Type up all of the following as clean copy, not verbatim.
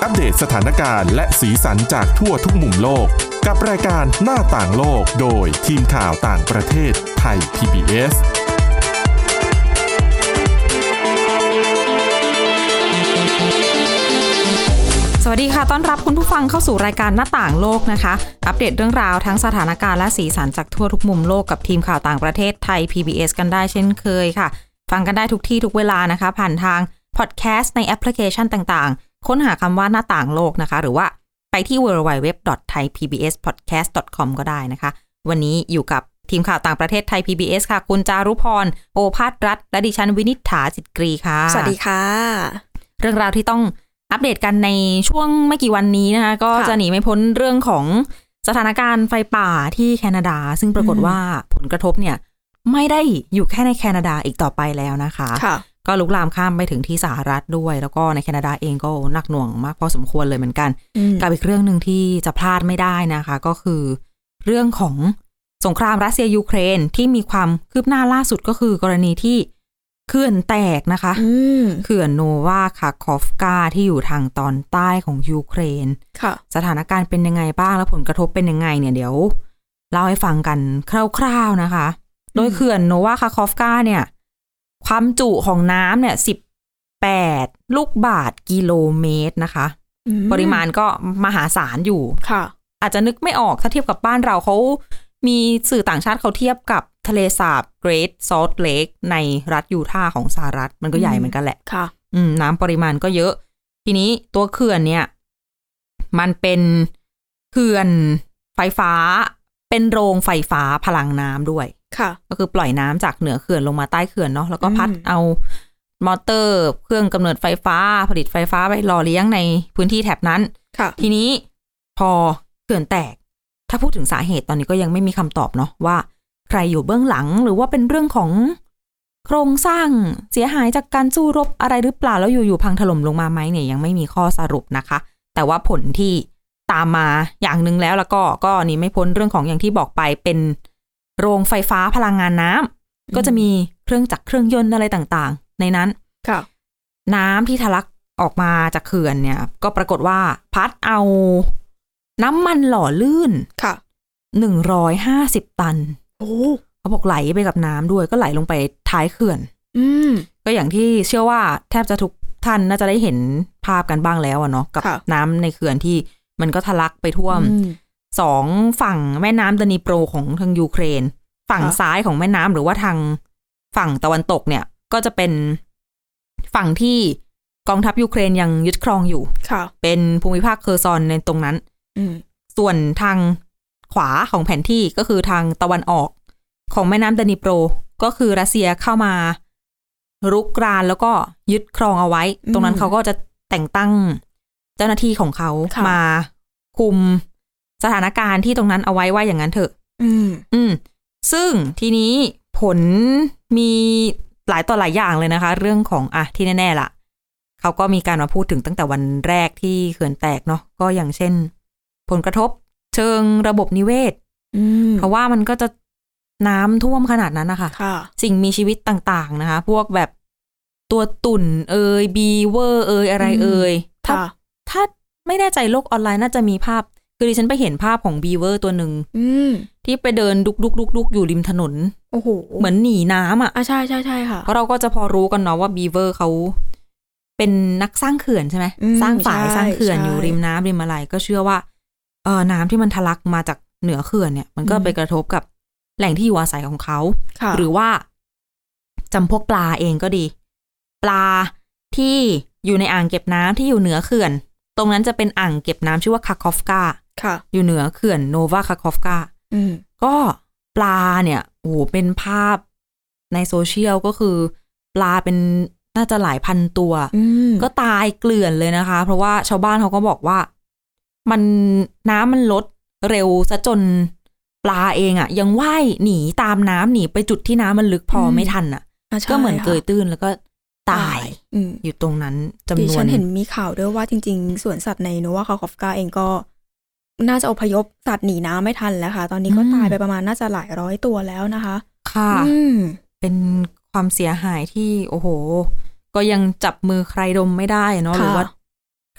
อัปเดตสถานการณ์และสีสันจากทั่วทุกมุมโลกกับรายการหน้าต่างโลกโดยทีมข่าวต่างประเทศไทย PBS สวัสดีค่ะต้อนรับคุณผู้ฟังเข้าสู่รายการหน้าต่างโลกนะคะอัปเดตเรื่องราวทั้งสถานการณ์และสีสันจากทั่วทุกมุมโลกกับทีมข่าวต่างประเทศไทย PBS กันได้เช่นเคยค่ะฟังกันได้ทุกที่ทุกเวลานะคะผ่านทางพอดแคสต์ในแอปพลิเคชันต่างๆค้นหาคำว่าหน้าต่างโลกนะคะหรือว่าไปที่ www.thaipbspodcast.com ก็ได้นะคะวันนี้อยู่กับทีมข่าวต่างประเทศไทย PBS ค่ะคุณจารุพรโอภาสรัตน์และดิฉันวินิษฐาจิตกรีค่ะสวัสดีค่ะเรื่องราวที่ต้องอัปเดตกันในช่วงไม่กี่วันนี้นะคะก็จะหนีไม่พ้นเรื่องของสถานการณ์ไฟป่าที่แคนาดาซึ่งปรากฏว่าผลกระทบเนี่ยไม่ได้อยู่แค่ในแคนาดาอีกต่อไปแล้วนะคะก็ลุกลามข้ามไปถึงที่สหรัฐด้วยแล้วก็ในแคนาดาเองก็หนักหน่วงมากพอสมควรเลยเหมือนกันกับอีกเรื่องนึงที่จะพลาดไม่ได้นะคะก็คือเรื่องของสงครามรัสเซียยูเครนที่มีความคืบหน้าล่าสุดก็คือกรณีที่เขื่อนแตกนะคะเขื่อนโนวาคาคอฟกาที่อยู่ทางตอนใต้ของยูเครนสถานการณ์เป็นยังไงบ้างและผลกระทบเป็นยังไงเนี่ยเดี๋ยวเล่าให้ฟังกันคร่าวๆนะคะโดยเขื่อนโนวาคาคอฟกาเนี่ยความจุของน้ำเนี่ย18ลูกบาศก์กิโลเมตรนะคะปริมาณก็มหาศาลอยู่อาจจะนึกไม่ออกถ้าเทียบกับบ้านเราเขามีสื่อต่างชาติเขาเทียบกับทะเลสาบ Great Salt Lake ในรัฐยูทาห์ของสหรัฐมันก็ใหญ่เหมือนกันแหละค่ะน้ำปริมาณก็เยอะทีนี้ตัวเขื่อนเนี่ยมันเป็นเขื่อนไฟฟ้าเป็นโรงไฟฟ้าพลังน้ำด้วยค่ะก็คือปล่อยน้ำจากเหนือเขื่อนลงมาใต้เขื่อนเนาะแล้วก็พัดเอามอเตอร์เครื่องกำเนิดไฟฟ้าผลิตไฟฟ้าไปหล่อเลี้ยงในพื้นที่แถบนั้นค่ะทีนี้พอเขื่อนแตกถ้าพูดถึงสาเหตุตอนนี้ก็ยังไม่มีคำตอบเนาะว่าใครอยู่เบื้องหลังหรือว่าเป็นเรื่องของโครงสร้างเสียหายจากการสู้รบอะไรหรือเปล่าแล้วอยู่ๆพังถล่มลงมาไหมเนี่ยยังไม่มีข้อสรุปนะคะแต่ว่าผลที่ตามมาอย่างนึงแล้วก็นี่ไม่พ้นเรื่องของอย่างที่บอกไปเป็นโรงไฟฟ้าพลังงานน้ำก็จะมีเครื่องจักรเครื่องยนต์อะไรต่างๆในนั้นน้ำที่ทะลักออกมาจากเขื่อนเนี่ยก็ปรากฏว่าพัดเอาน้ำมันหล่อลื่นค่ะ150ตันโอ้เขาบอกไหลไปกับน้ำด้วยก็ไหลลงไปท้ายเขื่อนก็อย่างที่เชื่อว่าแทบจะทุกท่านน่าจะได้เห็นภาพกันบ้างแล้วอะเนาะกับน้ำในเขื่อนที่มันก็ทะลักไปท่วมสองฝั่งแม่น้ำดนีโปรของทางยูเครนฝั่งซ้ายของแม่น้ำหรือว่าทางฝั่งตะวันตกเนี่ยก็จะเป็นฝั่งที่กองทัพยูเครนยังยึดครองอยู่เป็นภูมิภาคเคอร์ซอนในตรงนั้นส่วนทางขวาของแผนที่ก็คือทางตะวันออกของแม่น้ำดนีโปรก็คือรัสเซียเข้ามารุกรานแล้วก็ยึดครองเอาไว้ตรงนั้นเขาก็จะแต่งตั้งเจ้าหน้าที่ของเขามาคุมสถานการณ์ที่ตรงนั้นเอาไว้ว่าอย่างนั้นเถอะซึ่งทีนี้ผลมีหลายต่อหลายอย่างเลยนะคะเรื่องของที่แน่ๆล่ะเขาก็มีการมาพูดถึงตั้งแต่วันแรกที่เขื่อนแตกเนาะก็อย่างเช่นผลกระทบเชิงระบบนิเวศเพราะว่ามันก็จะน้ำท่วมขนาดนั้นนะคะสิ่งมีชีวิตต่างๆนะคะพวกแบบตัวตุ่นบีเวอร์อะไรถ้าไม่แน่ใจโลกออนไลน์น่าจะมีภาพคือดิฉันไปเห็นภาพของบีเวอร์ตัวหนึ่งที่ไปเดินดุกอยู่ริมถนนโอ้โหเหมือนหนีน้ำใช่ใช่ใช่ค่ะเพราะเราก็จะพอรู้กันเนาะว่าบีเวอร์เขาเป็นนักสร้างเขื่อนใช่ไหมสร้างฝายสร้างเขื่อนอยู่ริมน้ำริมอะไรก็เชื่อว่าน้ำที่มันทะลักมาจากเหนือเขื่อนเนี่ยมันก็ไปกระทบกับแหล่งที่อยู่อาศัยของเขาหรือว่าจำพวกปลาเองก็ดีปลาที่อยู่ในอ่างเก็บน้ำที่อยู่เหนือเขื่อนตรงนั้นจะเป็นอ่างเก็บน้ำชื่อว่าคาคอฟกาอยู่เหนือเขื่อนโนวาคาคอฟกาก็ปลาเนี่ยโอ้เป็นภาพในโซเชียลก็คือปลาเป็นน่าจะหลายพันตัวก็ตายเกลื่อนเลยนะคะเพราะว่าชาวบ้านเขาก็บอกว่ามันน้ำมันลดเร็วซะจนปลาเองยังว่ายหนีตามน้ำหนีไปจุดที่น้ำมันลึกพอไม่ทันก็เหมือนเกยตื้นแล้วก็ตายอยู่ตรงนั้นจำนวนดิฉันเห็นมีข่าวด้วยว่าจริงๆสวนสัตว์ในโนวาคาคอฟกาเองก็น่าจะอพยพสัตว์หนีน้ำไม่ทันแล้วค่ะตอนนี้ก็ตายไปประมาณน่าจะหลายร้อยตัวแล้วนะคะค่ะเป็นความเสียหายที่โอ้โหก็ยังจับมือใครดมไม่ได้เนาะหรือว่าใ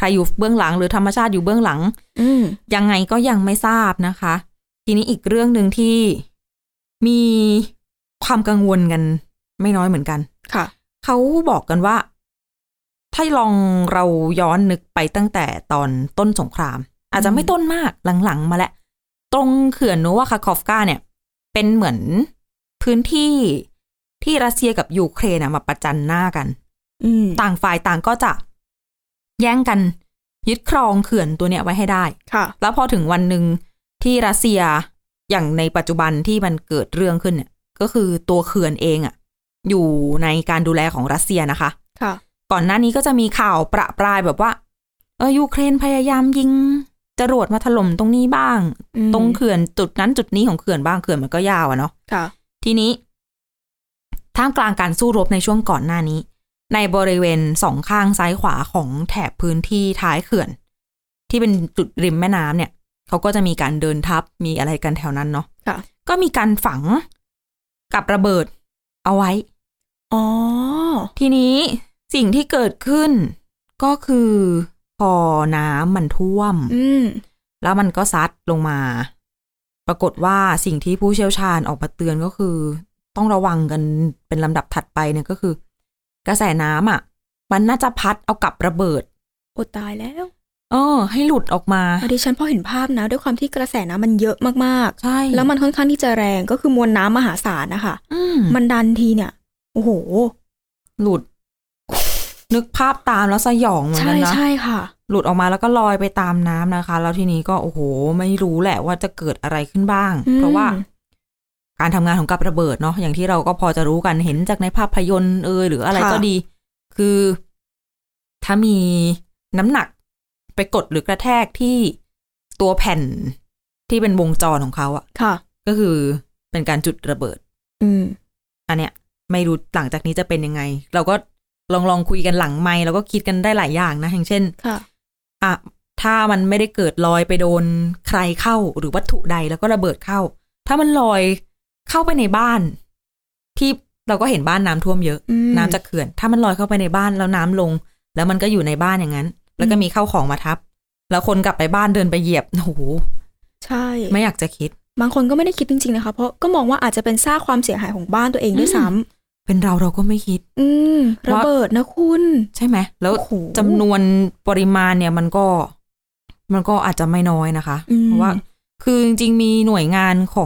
รอยู่เบื้องหลังหรือธรรมชาติอยู่เบื้องหลังยังไงก็ยังไม่ทราบนะคะทีนี้อีกเรื่องนึงที่มีความกังวลกันไม่น้อยเหมือนกันค่ะเขาบอกกันว่าถ้าลองเราย้อนนึกไปตั้งแต่ตอนต้นสงครามอาจจะไม่ต้นมากหลังๆมาแล้วตรงเขื่อนโนวาคาคอฟกาเนี่ยเป็นเหมือนพื้นที่ที่รัสเซียกับยูเครนมาประจันหน้ากันต่างฝ่ายต่างก็จะแย่งกันยึดครองเขื่อนตัวเนี้ยไว้ให้ได้ค่ะแล้วพอถึงวันหนึ่งที่รัสเซียอย่างในปัจจุบันที่มันเกิดเรื่องขึ้นเนี่ยก็คือตัวเขื่อนเองอยู่ในการดูแลของรัสเซียนะคะค่ะก่อนหน้านี้ก็จะมีข่าวประปรายแบบว่ายูเครนพยายามยิงจรวดมาถล่มตรงนี้บ้างตรงเขื่อนจุดนั้นจุดนี้ของเขื่อนบ้างเขื่อนมันก็ยาวเนาะค่ะทีนี้ท่ามกลางการสู้รบในช่วงก่อนหน้านี้ในบริเวณสองข้างซ้ายขวาของแถบพื้นที่ท้ายเขื่อนที่เป็นจุดริมแม่น้ำเนี่ยเขาก็จะมีการเดินทับมีอะไรกันแถวนั้นเนาะค่ะก็มีการฝังกับระเบิดเอาไว้ทีนี้สิ่งที่เกิดขึ้นก็คือพอน้ำมันท่วมแล้วมันก็ซัดลงมาปรากฏว่าสิ่งที่ผู้เชี่ยวชาญออกมาเตือนก็คือต้องระวังกันเป็นลำดับถัดไปเนี่ยก็คือกระแสน้ำมันน่าจะพัดเอากับระเบิดตายแล้วให้หลุดออกมาดิฉันพอเห็นภาพนะด้วยความที่กระแสน้ำมันเยอะมากๆใช่แล้วมันค่อนข้างที่จะแรงก็คือมวลน้ำมหาศาลนะคะมันดันทีเนี่ยโอ้โหหลุดนึกภาพตามแล้วสยองเหมือนกันนะใช่ค่ะหลุดออกมาแล้วก็ลอยไปตามน้ำนะคะแล้วทีนี้ก็โอ้โหไม่รู้แหละว่าจะเกิดอะไรขึ้นบ้างเพราะว่าการทำงานของกับระเบิดเนาะอย่างที่เราก็พอจะรู้กันเห็นจากในภาพยนตร์หรืออะไรก็ดีคือถ้ามีน้ำหนักไปกดหรือกระแทกที่ตัวแผ่นที่เป็นวงจรของเขาค่ะก็คือเป็นการจุดระเบิดอันเนี้ยไม่รู้หลังจากนี้จะเป็นยังไงเราก็ลองคุยกันหลังไมค์แล้วก็คิดกันได้หลายอย่างนะอย่างเช่นถ้ามันไม่ได้เกิดลอยไปโดนใครเข้าหรือวัตถุใดแล้วก็ระเบิดเข้าถ้ามันลอยเข้าไปในบ้านที่เราก็เห็นบ้านน้ำท่วมเยอะน้ำจากเขื่อนถ้ามันลอยเข้าไปในบ้านแล้วน้ำลงแล้วมันก็อยู่ในบ้านอย่างนั้นแล้วก็มีเข้าของมาทับแล้วคนกลับไปบ้านเดินไปเหยียบโอ้โหใช่ไม่อยากจะคิดบางคนก็ไม่ได้คิดจริงๆนะคะเพราะก็มองว่าอาจจะเป็นสร้างความเสียหายของบ้านตัวเองด้วยซ้ำเป็นเราก็ไม่คิดระเบิดนะคุณใช่ไหมแล้วจำนวนปริมาณเนี่ยมันก็อาจจะไม่น้อยนะคะเพราะว่าคือจริงๆมีหน่วยงานของ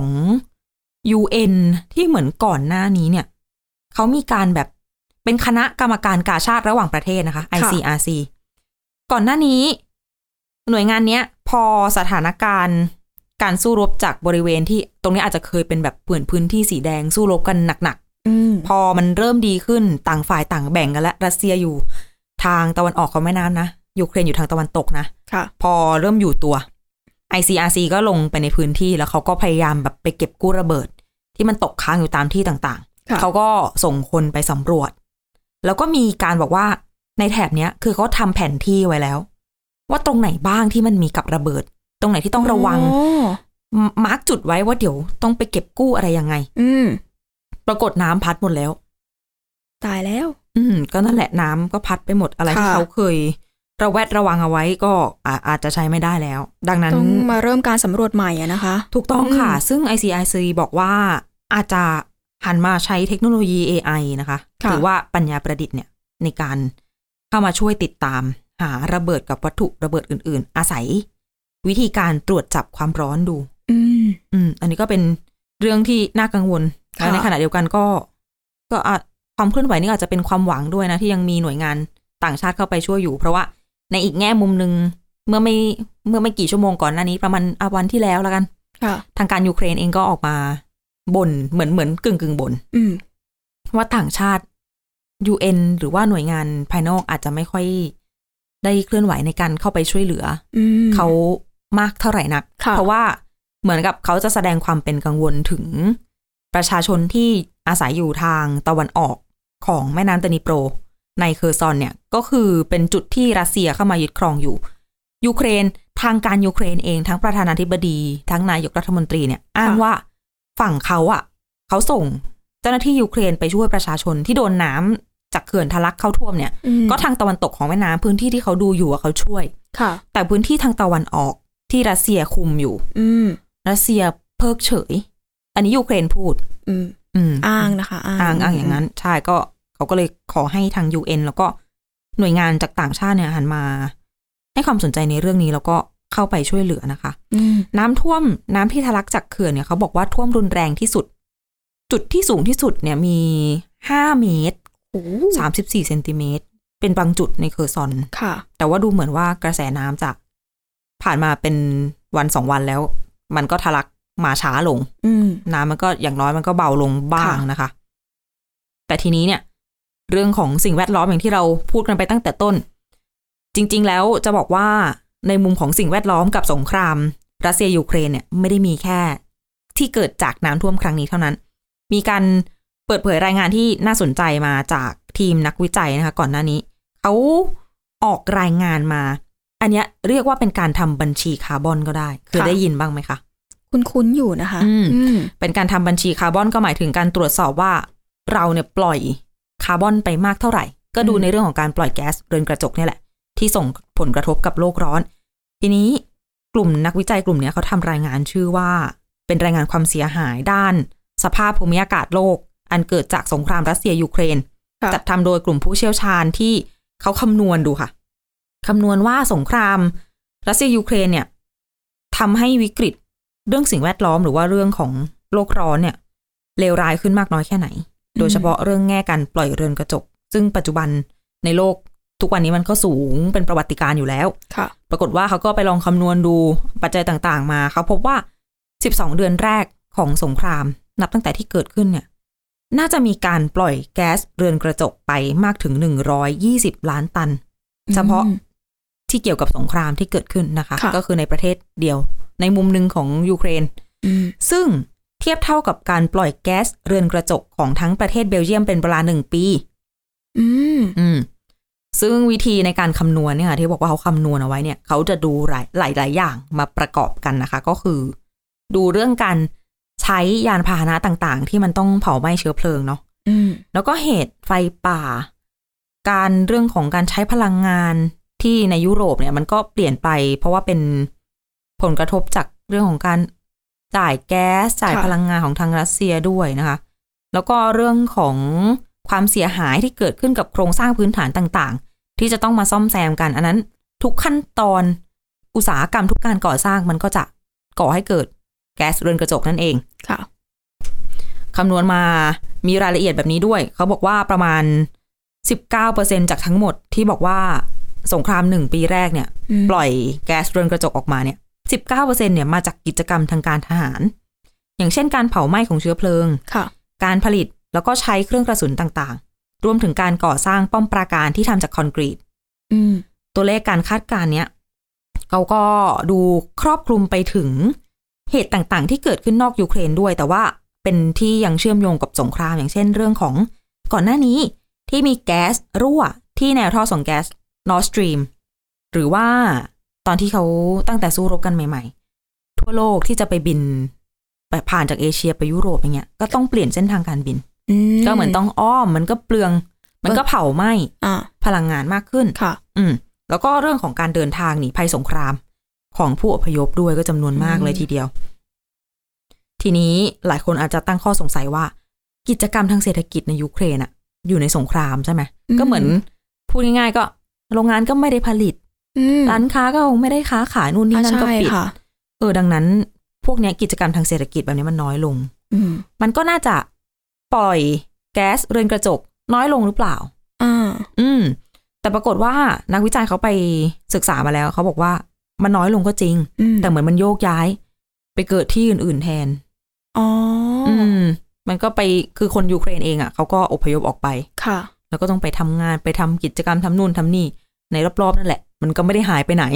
UN ที่เหมือนก่อนหน้านี้เนี่ยเขามีการแบบเป็นคณะกรรมการกาชาดระหว่างประเทศนะคะ ICRC ก่อนหน้านี้หน่วยงานเนี้ยพอสถานการณ์การสู้รบจากบริเวณที่ตรงนี้อาจจะเคยเป็นแบบเปื่อนพื้นที่สีแดงสู้รบกันหนักๆพอมันเริ่มดีขึ้นต่างฝ่ายต่างแบ่งกันแล้วรัสเซียอยู่ทางตะวันออกของแม่น้ำนะยูเครนอยู่ทางตะวันตกนะพอเริ่มอยู่ตัว ICRC ก็ลงไปในพื้นที่แล้วเขาก็พยายามแบบไปเก็บกู้ระเบิดที่มันตกค้างอยู่ตามที่ต่างๆเขาก็ส่งคนไปสำรวจแล้วก็มีการบอกว่าในแถบเนี้ยคือเขาทำแผนที่ไว้แล้วว่าตรงไหนบ้างที่มันมีกับระเบิดตรงไหนที่ต้องระวังมาร์กจุดไว้ว่าเดี๋ยวต้องไปเก็บกู้อะไรยังไงปรากฏน้ำพัดหมดแล้วตายแล้วก็นั่นแหละน้ำก็พัดไปหมดอะไรที่เขาเคยระแวดระวังเอาไว้ก็อาจจะใช้ไม่ได้แล้วดังนั้นต้องมาเริ่มการสำรวจใหม่นะคะถูกต้องค่ะซึ่ง ICRC บอกว่าอาจจะหันมาใช้เทคโนโลยี AI นะคะหรือว่าปัญญาประดิษฐ์เนี่ยในการเข้ามาช่วยติดตามหาระเบิดกับวัตถุระเบิดอื่นๆอาศัยวิธีการตรวจจับความร้อนดูอันนี้ก็เป็นเรื่องที่น่ากังวลและในขณะเดียวกันก็ความเคลื่อนไหวนี่อาจจะเป็นความหวังด้วยนะที่ยังมีหน่วยงานต่างชาติเข้าไปช่วยอยู่เพราะว่าในอีกแง่มุมนึงเมื่อไม่กี่ชั่วโมงก่อนหน้านี้ประมาณวันที่แล้วแล้วกันทางการยูเครนเองก็ออกมาบ่นเหมือนกึ่งบ่นว่าต่างชาติ UN หรือว่าหน่วยงานภายนอกอาจจะไม่ค่อยได้เคลื่อนไหวในการเข้าไปช่วยเหลือเขามากเท่าไหร่นักเพราะว่าเหมือนกับเขาจะแสดงความเป็นกังวลถึงประชาชนที่อาศัยอยู่ทางตะวันออกของแม่น้ำดนีโปรในเคอร์ซอนเนี่ยก็คือเป็นจุดที่รัสเซียเข้ามายึดครองอยู่ยูเครนทางการยูเครนเองทั้งประธานาธิบดีทั้งนายกรัฐมนตรีเนี่ยอ้างว่าฝั่งเขาส่งเจ้าหน้าที่ยูเครนไปช่วยประชาชนที่โดนน้จากเขื่อนทะลักเข้าท่วมเนี่ยก็ทางตะวันตกของแม่น้ำพื้นที่ที่เขาดูอยู่เขาช่วยแต่พื้นที่ทางตะวันออกที่รัสเซียคุมอยู่รัสเซียเพิกเฉยอันนี้ยูเครนพูดอ้างนะคะอ้างอย่างนั้นใช่ก็เขาก็เลยขอให้ทาง UN แล้วก็หน่วยงานจากต่างชาติเนี่ยหันมาให้ความสนใจในเรื่องนี้แล้วก็เข้าไปช่วยเหลือนะคะน้ำท่วมน้ำที่ทะลักจากเขื่อนเนี่ยเขาบอกว่าท่วมรุนแรงที่สุดจุดที่สูงที่สุดเนี่ยมี5 เมตร34 เซนติเมตรเป็นบางจุดในเคอร์ซอนค่ะแต่ว่าดูเหมือนว่ากระแสน้ำจากผ่านมาเป็นวัน2 วันแล้วมันก็ทะลักมาช้าลงน้ำมันก็อย่างน้อยมันก็เบาลงบ้างนะคะแต่ทีนี้เนี่ยเรื่องของสิ่งแวดล้อมอย่างที่เราพูดกันไปตั้งแต่ต้นจริงๆแล้วจะบอกว่าในมุมของสิ่งแวดล้อมกับสงครามรัสเซียยูเครนเนี่ยไม่ได้มีแค่ที่เกิดจากน้ำท่วมครั้งนี้เท่านั้นมีการเปิดเผยรายงานที่น่าสนใจมาจากทีมนักวิจัยนะคะก่อนหน้านี้เขาออกรายงานมาอันนี้เรียกว่าเป็นการทำบัญชีคาร์บอนก็ได้เคยได้ยินบ้างไหมคะคุ้นๆอยู่นะคะเป็นการทำบัญชีคาร์บอนก็หมายถึงการตรวจสอบว่าเราเนี่ยปล่อยคาร์บอนไปมากเท่าไหร่ก็ดูในเรื่องของการปล่อยแก๊สเรือนกระจกนี่แหละที่ส่งผลกระทบกับโลกร้อนทีนี้กลุ่มนักวิจัยกลุ่มนี้เขาทำรายงานชื่อว่าเป็นรายงานความเสียหายด้านสภาพภูมิอากาศโลกอันเกิดจากสงครามรัสเซียยูเครนจัดทำโดยกลุ่มผู้เชี่ยวชาญที่เขาคำนวณดูค่ะคำนวณว่าสงครามรัสเซียยูเครนเนี่ยทำให้วิกฤตเรื่องสิ่งแวดล้อมหรือว่าเรื่องของโลกร้อนเนี่ยเลวร้ายขึ้นมากน้อยแค่ไหนโดยเฉพาะเรื่องแง่การปล่อยเรือนกระจกซึ่งปัจจุบันในโลกทุกวันนี้มันก็สูงเป็นประวัติการณ์อยู่แล้วปรากฏว่าเขาก็ไปลองคำนวณดูปัจจัยต่างๆมาเขาพบว่า12 เดือนแรกของสงครามนับตั้งแต่ที่เกิดขึ้นเนี่ยน่าจะมีการปล่อยแก๊สเรือนกระจกไปมากถึง120 ล้านตันเฉพาะที่เกี่ยวกับสงครามที่เกิดขึ้นนะคะก็คือในประเทศเดียวในมุมนึงของยูเครนซึ่งเทียบเท่ากับการปล่อยแก๊สเรือนกระจกของทั้งประเทศเบลเยียมเป็นเวลา1 ปีซึ่งวิธีในการคำนวณเนี่ยที่บอกว่าเขาคำนวณเอาไว้เนี่ยเขาจะดูหลายอย่างมาประกอบกันนะคะก็คือดูเรื่องการใช้ยานพาหนะต่างๆที่มันต้องเผาไหม้เชื้อเพลิงเนาะแล้วก็เหตุไฟป่าการเรื่องของการใช้พลังงานที่ในยุโรปเนี่ยมันก็เปลี่ยนไปเพราะว่าเป็นผลกระทบจากเรื่องของการจ่ายแก๊สจ่ายพลังงานของทางรัสเซียด้วยนะคะแล้วก็เรื่องของความเสียหายที่เกิดขึ้นกับโครงสร้างพื้นฐานต่างๆที่จะต้องมาซ่อมแซมกันอันนั้นทุกขั้นตอนอุตสาหกรรมทุกการก่อสร้างมันก็จะก่อให้เกิดแก๊สเรือนกระจกนั่นเองค่ะคำนวณมามีรายละเอียดแบบนี้ด้วยเขาบอกว่าประมาณ 19% จากทั้งหมดที่บอกว่าสงคราม1 ปีแรกเนี่ยปล่อยแก๊สเรือนกระจกออกมาเนี่ย 19% เนี่ยมาจากกิจกรรมทางการทหารอย่างเช่นการเผาไหม้ของเชื้อเพลิงการผลิตแล้วก็ใช้เครื่องกระสุนต่างๆรวมถึงการก่อสร้างป้อมปราการที่ทำจากคอนกรีตตัวเลขการคาดการณ์เนี้ยเขาก็ดูครอบคลุมไปถึงเหตุต่างๆที่เกิดขึ้นนอกยูเครนด้วยแต่ว่าเป็นที่ยังเชื่อมโยงกับสงครามอย่างเช่นเรื่องของก่อนหน้านี้ที่มีแก๊สรั่วที่แนวท่อส่งแก๊ส Nord Stream หรือว่าตอนที่เขาตั้งแต่สู้รบกันใหม่ๆทั่วโลกที่จะไปบินไปผ่านจากเอเชียไปยุโรปอย่างเงี้ยก็ต้องเปลี่ยนเส้นทางการบินก็เหมือนต้องอ้อมมันก็เปลืองมันก็เผาไหม้พลังงานมากขึ้นค่ะแล้วก็เรื่องของการเดินทางหนีภัยสงครามของผู้อพยพด้วยก็จำนวนมากเลยทีเดียวทีนี้หลายคนอาจจะตั้งข้อสงสัยว่ากิจกรรมทางเศรษฐกิจในยูเครนอะอยู่ในสงครามใช่ไหมก็เหมือนพูดง่ายๆก็โรงงานก็ไม่ได้ผลิตร้านค้าก็ไม่ได้ค้าขายนู่นนี่นั่นก็ปิดดังนั้นพวกนี้กิจกรรมทางเศรษฐกิจแบบนี้มันน้อยลงมันก็น่าจะปล่อยแก๊สเรือนกระจกน้อยลงหรือเปล่าแต่ปรากฏว่านักวิจัยเขาไปศึกษามาแล้วเขาบอกว่ามันน้อยลงก็จริงแต่เหมือนมันโยกย้ายไปเกิดที่อื่นๆแทนมันก็ไปคือคนยูเครนเองอ่ะเขาก็อพยพออกไปค่ะแล้วก็ต้องไปทำงานไปทำกิจกรรมทำนู่นทำนี่ในรอบๆนั่นแหละมันก็ไม่ได้หายไปไหน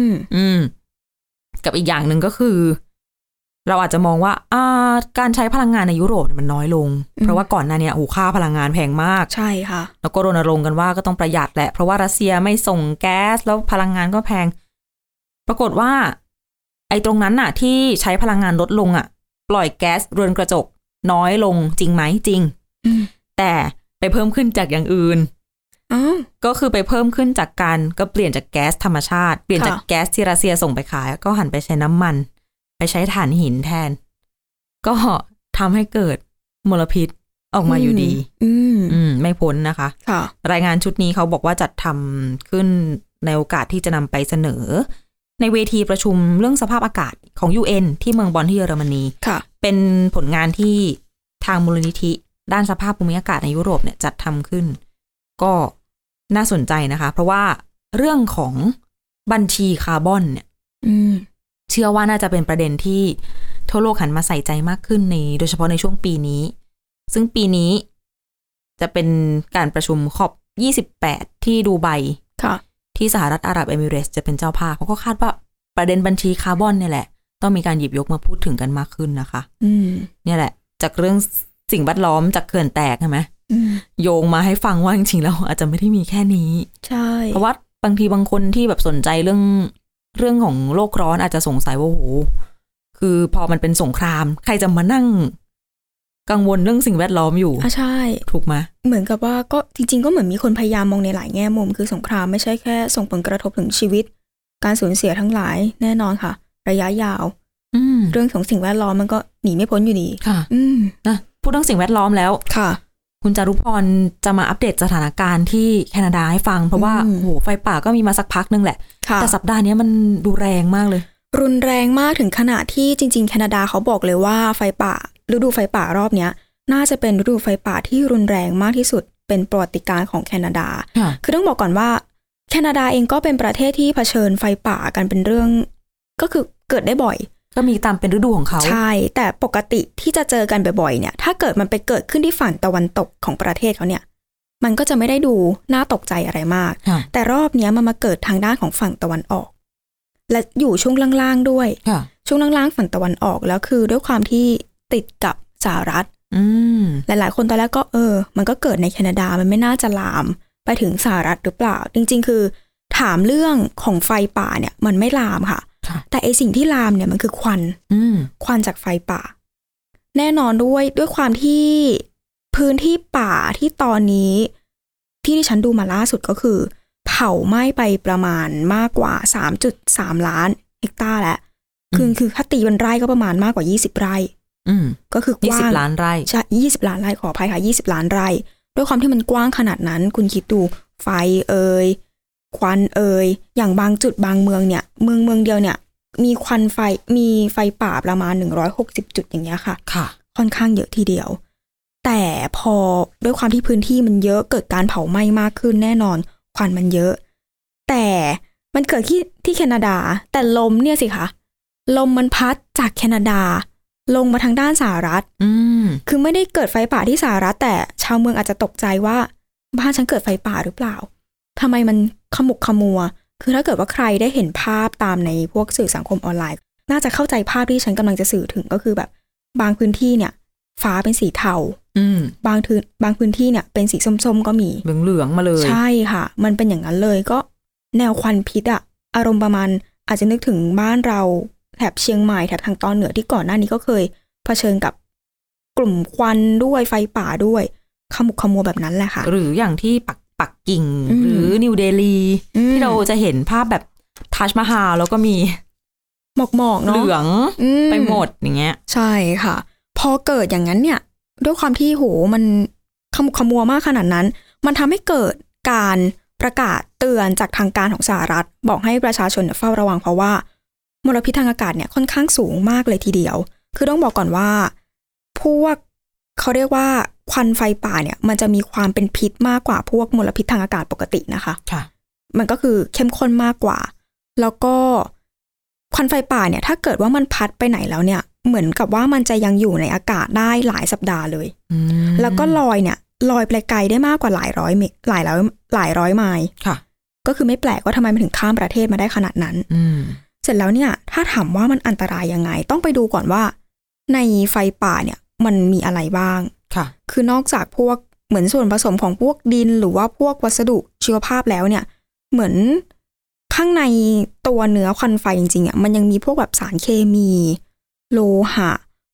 กับอีกอย่างหนึ่งก็คือเราอาจจะมองว่าการใช้พลังงานในยุโรปมันน้อยลงเพราะว่าก่อนหน้านี้ค่าพลังงานแพงมากใช่ค่ะแล้วก็รณรงค์กันว่าก็ต้องประหยัดแหละเพราะว่ารัสเซียไม่ส่งแก๊สแล้วพลังงานก็แพงปรากฏว่าไอ้ตรงนั้นน่ะที่ใช้พลังงานลดลงอ่ะปล่อยแก๊สเรือนกระจกน้อยลงจริงไหมจริงแต่ไปเพิ่มขึ้นจากอย่างอื่นก็คือไปเพิ่มขึ้นจากการก็เปลี่ยนจากแก๊สธรรมชาติเปลี่ยนจากแก๊สที่รัสเซียส่งไปขายก็หันไปใช้น้ำมันไปใช้ถ่านหินแทนก็ทำให้เกิดมลพิษออกมาอยู่ดีไม่พ้นนะคะรายงานชุดนี้เขาบอกว่าจัดทำขึ้นในโอกาสที่จะนำไปเสนอในเวทีประชุมเรื่องสภาพอากาศของ UN ที่เมืองบอนที่เยอรมนีเป็นผลงานที่ทางมูลนิธิด้านสภาพภูมิอากาศในยุโรปเนี่ยจัดทำขึ้นก็น่าสนใจนะคะเพราะว่าเรื่องของบัญชีคาร์บอนเนี่ยเชื่อว่าน่าจะเป็นประเด็นที่ทั่วโลกหันมาใส่ใจมากขึ้นโดยเฉพาะในช่วงปีนี้ซึ่งปีนี้จะเป็นการประชุมคอบ28ที่ดูไบที่สหรัฐอาหรับเอมิเรตส์จะเป็นเจ้าภาพเขาก็คาดว่าประเด็นบัญชีคาร์บอนเนี่ยแหละต้องมีการหยิบยกมาพูดถึงกันมากขึ้นนะคะเนี่ยแหละจากเรื่องสิ่งแวดล้อมจากเขื่อนแตกใช่ไหมโยงมาให้ฟังว่าจริงๆแล้วอาจจะไม่ได้มีแค่นี้ใช่เพราะว่าบางทีบางคนที่แบบสนใจเรื่องของโลกร้อนอาจจะสงสัยว่าโหคือพอมันเป็นสงครามใครจะมานั่งกังวลเรื่องสิ่งแวดล้อมอยู่ใช่ถูกไหมเหมือนกับว่าก็จริงๆก็เหมือนมีคนพยายามมองในหลายแง่มุมคือสงครามไม่ใช่แค่ส่งผลกระทบถึงชีวิตการสูญเสียทั้งหลายแน่นอนค่ะระยะยาวเรื่องของสิ่งแวดล้อมมันก็หนีไม่พ้นอยู่ดีค่ะนะพูดเรื่องสิ่งแวดล้อมแล้วค่ะคุณจารุพรจะมาอัปเดตสถานการณ์ที่แคนาดาให้ฟังเพราะว่าโหไฟป่าก็มีมาสักพักนึงแหละแต่สัปดาห์นี้มันดูแรงมากเลยรุนแรงมากถึงขนาดที่จริงๆแคนาดาเขาบอกเลยว่าไฟป่าฤดูไฟป่ารอบเนี้ยน่าจะเป็นฤดูไฟป่าที่รุนแรงมากที่สุดเป็นประวัติการณ์ของแคนาดาคือต้องบอกก่อนว่าแคนาดาเองก็เป็นประเทศที่เผชิญไฟป่ากันเป็นเรื่องก็คือเกิดได้บ่อยก็มีตามเป็นฤดูของเขาใช่แต่ปกติที่จะเจอกันบ่อยๆเนี่ยถ้าเกิดมันไปเกิดขึ้นที่ฝั่งตะวันตกของประเทศเขาเนี่ยมันก็จะไม่ได้ดูน่าตกใจอะไรมากแต่รอบนี้มันมาเกิดทางด้านของฝั่งตะวันออกและอยู่ช่วงล่างๆด้วยช่วงล่างๆฝั่งตะวันออกแล้วคือด้วยความที่ติดกับสหรัฐหลายๆคนตอนแรกก็มันก็เกิดในแคนาดามันไม่น่าจะลามไปถึงสหรัฐหรือเปล่าจริงๆคือถามเรื่องของไฟป่าเนี่ยมันไม่ลามค่ะแต่ไอสิ่งที่ลามเนี่ยมันคือควันจากไฟป่าแน่นอนด้วยความที่พื้นที่ป่าที่ตอนนี้ที่ฉันดูมาล่าสุดก็คือเผาไหม้ไปประมาณมากกว่า 3.3 ล้านเฮกตาร์แล้วคือถ้าตีเป็นไร่ก็ประมาณมากกว่า20ไร่ก็คือกว้าง 20ล้านไร่ใช่20ล้านไร่ขออภัยค่ะ20ล้านไร่ด้วยความที่มันกว้างขนาดนั้นคุณคิดดูไฟควันอย่างบางจุดบางเมืองเนี่ยเมืองเดียวเนี่ยมีควันไฟมีไฟป่าประมาณ160จุดอย่างเงี้ยค่ะค่อนข้างเยอะทีเดียวแต่พอด้วยความที่พื้นที่มันเยอะเกิดการเผาไหม้มากขึ้นแน่นอนควันมันเยอะแต่มันเกิดที่แคนาดาแต่ลมเนี่ยสิคะลมมันพัดจากแคนาดาลงมาทางด้านสหรัฐคือไม่ได้เกิดไฟป่าที่สหรัฐแต่ชาวเมืองอาจจะตกใจว่าบ้านฉันเกิดไฟป่าหรือเปล่าทำไมมันขมุกขมัวคือถ้าเกิดว่าใครได้เห็นภาพตามในพวกสื่อสังคมออนไลน์น่าจะเข้าใจภาพที่ฉันกำลังจะสื่อถึงก็คือแบบบางพื้นที่เนี่ยฟ้าเป็นสีเทาบางพื้นที่เนี่ยเป็นสีส้มๆก็มีเหลืองๆมาเลยใช่ค่ะมันเป็นอย่างนั้นเลยก็แนวควันพิษอะอารมณ์ประมาณอาจจะนึกถึงบ้านเราแถบเชียงใหม่แถบทางตอนเหนือที่ก่อนหน้านี้ก็เคยเผชิญกับกลุ่มควันด้วยไฟป่าด้วยขมุกขมัวแบบนั้นแหละค่ะหรืออย่างที่ปักกิ่งหรือนิวเดลีที่เราจะเห็นภาพแบบทัชมาฮาลแล้วก็มีหมอกเนาะเหลืองไปหมดอย่างเงี้ยใช่ค่ะพอเกิดอย่างนั้นเนี่ยด้วยความที่โหมันขมุกขมัวมากขนาดนั้นมันทำให้เกิดการประกาศเตือนจากทางการของสหรัฐบอกให้ประชาชนเฝ้าระวังเพราะว่ามลพิษทางอากาศเนี่ยค่อนข้างสูงมากเลยทีเดียวคือต้องบอกก่อนว่าพวกเขาเรียกว่าควันไฟป่าเนี่ยมันจะมีความเป็นพิษมากกว่าพวกมลพิษทางอากาศปกตินะคะมันก็คือเข้มข้นมากกว่าแล้วก็ควันไฟป่าเนี่ยถ้าเกิดว่ามันพัดไปไหนแล้วเนี่ยเหมือนกับว่ามันจะยังอยู่ในอากาศได้หลายสัปดาห์เลยแล้วก็ลอยไปไกลได้มากกว่าหลายร้อยไมล์ก็คือไม่แปลกว่าทำไมมันถึงข้ามประเทศมาได้ขนาดนั้นเสร็จแล้วเนี่ยถ้าถามว่ามันอันตรายยังไงต้องไปดูก่อนว่าในไฟป่าเนี่ยมันมีอะไรบ้างคือนอกจากพวกเหมือนส่วนผสมของพวกดินหรือว่าพวกวัสดุชีวภาพแล้วเนี่ยเหมือนข้างในตัวเนื้อควันไฟจริงๆอ่ะมันยังมีพวกแบบสารเคมีโลหะ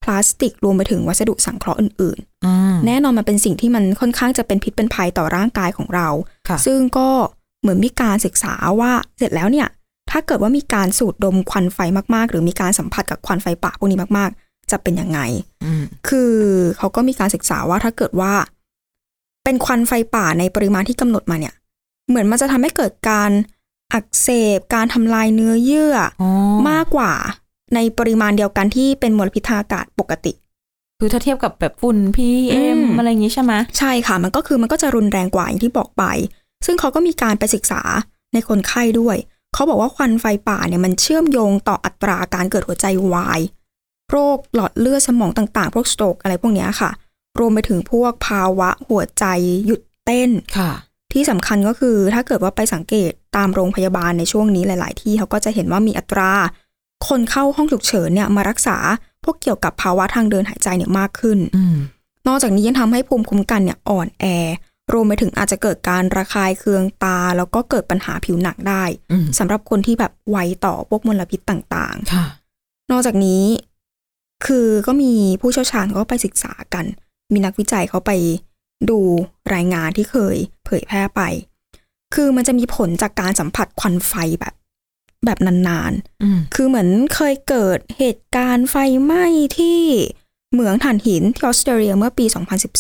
พลาสติกรวมไปถึงวัสดุสังเคราะห์อื่นๆแน่นอนมันเป็นสิ่งที่มันค่อนข้างจะเป็นพิษเป็นภัยต่อร่างกายของเราซึ่งก็เหมือนมีการศึกษาว่าเสร็จแล้วเนี่ยถ้าเกิดว่ามีการสูดดมควันไฟมากๆหรือมีการสัมผัสกับควันไฟป่าพวกนี้มากๆจะเป็นยังไงคือเขาก็มีการศึกษาว่าถ้าเกิดว่าเป็นควันไฟป่าในปริมาณที่กำหนดมาเนี่ยเหมือนมันจะทำให้เกิดการอักเสบการทำลายเนื้อเยื่อมากกว่าในปริมาณเดียวกันที่เป็นมลพิษทางอากาศปกติคือถ้าเทียบกับแบบฝุ่น PM อะไรอย่างนี้ใช่ไหมใช่ค่ะมันก็จะรุนแรงกว่าอย่างที่บอกไปซึ่งเขาก็มีการไปศึกษาในคนไข้ด้วยเขาบอกว่าควันไฟป่าเนี่ยมันเชื่อมโยงต่ออัตราการเกิดหัวใจวายโรคหลอดเลือดสมองต่างๆพวกสโตรกอะไรพวกนี้ค่ะรวมไปถึงพวกภาวะหัวใจหยุดเต้นที่สำคัญก็คือถ้าเกิดว่าไปสังเกตตามโรงพยาบาลในช่วงนี้หลายๆที่เขาก็จะเห็นว่ามีอัตราคนเข้าห้องฉุกเฉินเนี่ยมารักษาพวกเกี่ยวกับภาวะทางเดินหายใจเนี่ยมากขึ้นนอกจากนี้ยังทำให้ภูมิคุ้มกันเนี่ยอ่อนแอรวมไปถึงอาจจะเกิดการระคายเคืองตาแล้วก็เกิดปัญหาผิวหนังได้สำหรับคนที่แบบไวต่อพวกมลพิษต่างๆนอกจากนี้คือก็มีผู้เชี่ยวชาญเขาก็ไปศึกษากันมีนักวิจัยเขาไปดูรายงานที่เคยเผยแพร่ไปคือมันจะมีผลจากการสัมผัสควันไฟแบบนานๆคือเหมือนเคยเกิดเหตุการณ์ไฟไหม้ที่เหมืองถ่านหินที่ออสเตรเลียเมื่อปี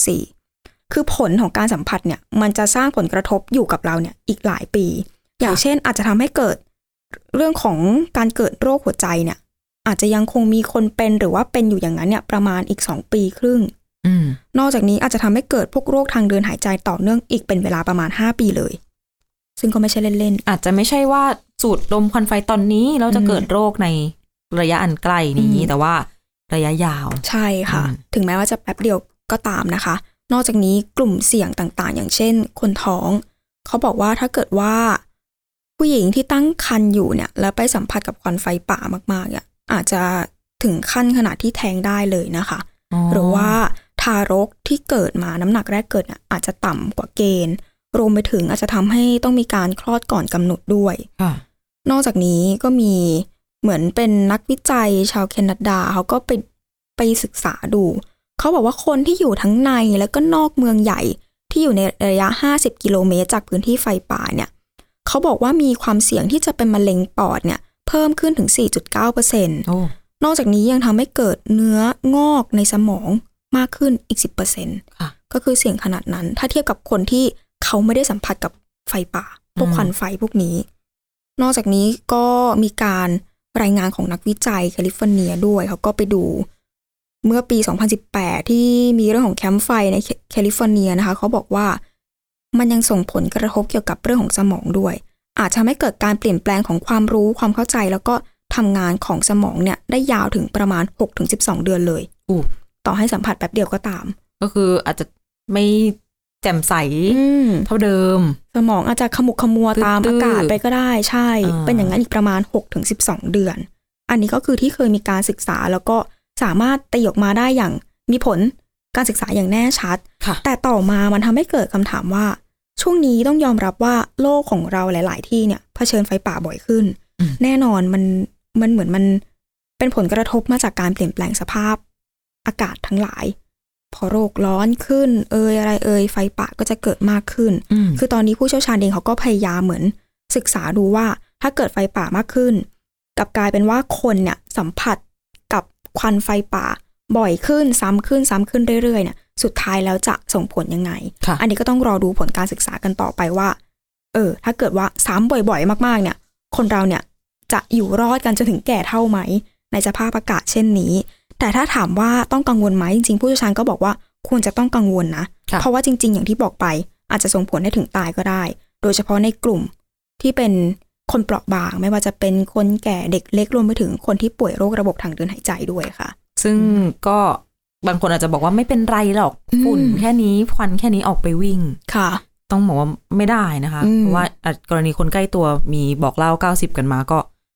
2014คือผลของการสัมผัสเนี่ยมันจะสร้างผลกระทบอยู่กับเราเนี่ยอีกหลายปีอย่างเช่นอาจจะทำให้เกิดเรื่องของการเกิดโรคหัวใจเนี่ยอาจจะยังคงมีคนเป็นหรือว่าเป็นอยู่อย่างนั้นเนี่ยประมาณอีก2 ปีครึ่งนอกจากนี้อาจจะทำให้เกิดพวกโรคทางเดินหายใจต่อเนื่องอีกเป็นเวลาประมาณ5 ปีเลยซึ่งก็ไม่ใช่เล่นๆอาจจะไม่ใช่ว่าสูดดมควันไฟตอนนี้เราจะเกิดโรคในระยะอันใกล้นี้แต่ว่าระยะยาวใช่ค่ะถึงแม้ว่าจะแป๊บเดียวก็ตามนะคะนอกจากนี้กลุ่มเสี่ยงต่างๆอย่างเช่นคนท้องเขาบอกว่าถ้าเกิดว่าผู้หญิงที่ตั้งครรภ์อยู่เนี่ยแล้วไปสัมผัสกับควันไฟป่ามากๆเนี่ยอาจจะถึงขั้นขนาดที่แท้งได้เลยนะคะหรือว่าทารกที่เกิดมาน้ำหนักแรกเกิดอาจจะต่ำกว่าเกณฑ์รวมไปถึงอาจจะทำให้ต้องมีการคลอดก่อนกำหนดด้วยนอกจากนี้ก็มีเหมือนเป็นนักวิจัยชาวแคนาดาเขาก็ไปศึกษาดูเขาบอกว่าคนที่อยู่ทั้งในแล้วก็นอกเมืองใหญ่ที่อยู่ในระยะ50 กิโลเมตรจากพื้นที่ไฟป่าเนี่ยเขาบอกว่ามีความเสี่ยงที่จะเป็นมะเร็งปอดเนี่ยเพิ่มขึ้นถึง 4.9% นอกจากนี้ยังทำให้เกิดเนื้องอกในสมองมากขึ้นอีก 10% ก็คือเสี่ยงขนาดนั้นถ้าเทียบกับคนที่เขาไม่ได้สัมผัสกับไฟป่าพวกควันไฟพวกนี้นอกจากนี้ก็มีการรายงานของนักวิจัยแคลิฟอร์เนียด้วยเขาก็ไปดูเมื่อปี2018ที่มีเรื่องของแคมป์ไฟในแคลิฟอร์เนียนะคะเขาบอกว่ามันยังส่งผลกระทบเกี่ยวกับเรื่องของสมองด้วยอาจจะทำให้เกิดการเปลี่ยนแปลงของความรู้ความเข้าใจแล้วก็ทำงานของสมองเนี่ยได้ยาวถึงประมาณ 6-12 เดือนเลยต่อให้สัมผัสแป๊บเดียวก็ตามก็คืออาจจะไม่แจ่มใสเท่าเดิมสมองอาจจะขมุกขมัวตามอากาศไปก็ได้ใช่เป็นอย่างนั้นอีกประมาณ 6-12 เดือนอันนี้ก็คือที่เคยมีการศึกษาแล้วก็สามารถตีออกมาได้อย่างมีผลการศึกษาอย่างแน่ชัดแต่ต่อมามันทำให้เกิดคำถามว่าช่วงนี้ต้องยอมรับว่าโลกของเราหลายๆที่เนี่ยเผชิญไฟป่าบ่อยขึ้นแน่นอนมันเหมือนมันเป็นผลกระทบมาจากการเปลี่ยนแปลงสภาพอากาศทั้งหลายพอโลกร้อนขึ้นอะไรไฟป่าก็จะเกิดมากขึ้นคือตอนนี้ผู้เชี่ยวชาญเองเขาก็พยายามเหมือนศึกษาดูว่าถ้าเกิดไฟป่ามากขึ้นกลับกลายเป็นว่าคนเนี่ยสัมผัสกับควันไฟป่าบ่อยขึ้นซ้ำขึ้นเรื่อยๆเนี่ยสุดท้ายแล้วจะส่งผลยังไงอันนี้ก็ต้องรอดูผลการศึกษากันต่อไปว่าถ้าเกิดว่าซ้ำบ่อยๆมากๆเนี่ยคนเราเนี่ยจะอยู่รอดกันจนถึงแก่เท่าไหมในสภาพอากาศเช่นนี้แต่ถ้าถามว่าต้องกังวลไหมจริงๆผู้เชี่ยวชาญก็บอกว่าควรจะต้องกังวลนะเพราะว่าจริงๆอย่างที่บอกไปอาจจะส่งผลให้ถึงตายก็ได้โดยเฉพาะในกลุ่มที่เป็นคนเปราะบางไม่ว่าจะเป็นคนแก่เด็กเล็กรวมไปถึงคนที่ป่วยโรคระบบทางเดินหายใจด้วยค่ะซึ่งก็บางคนอาจจะบอกว่าไม่เป็นไรหรอกฝุ่นแค่นี้ควันแค่นี้ออกไปวิ่งค่ะต้องบอกว่าไม่ได้นะคะเพราะว่ากรณีคนใกล้ตัวมีบอกเล่า90กันมาก็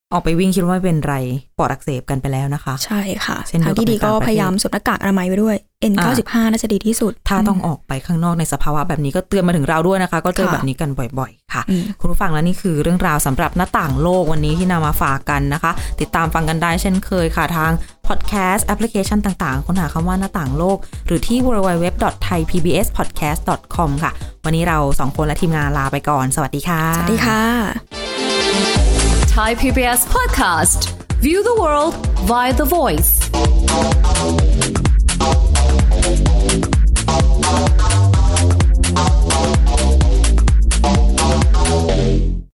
ออกไปวิ่งคิดว่าไม่เป็นไรปอดอักเสบกันไปแล้วนะคะใช่ค่ะทางที่ดีก็พยายามสวมหน้ากากอนามัยไว้ด้วย N95 น่าจะดีที่สุดถ้าต้องออกไปข้างนอกในสภาวะแบบนี้ก็เตือนมาถึงเราด้วยนะคะก็เจอแบบนี้กันบ่อยๆค่ะคุณผู้ฟังและนี่คือเรื่องราวสำหรับหน้าต่างโลกวันนี้ที่นำมาฝากกันนะคะติดตามฟังกันได้เช่นเคยค่ะทางพอดแคสต์แอปพลิเคชันต่างๆค้นหาคำว่าหน้าต่างโลกหรือที่ www.thaipbspodcast.com ค่ะวันนี้เรา2คนและทีมงานลาไปก่อนสวัสดีค่ะสวัสดีค่ะ Thai PBS Podcast View the world via the voice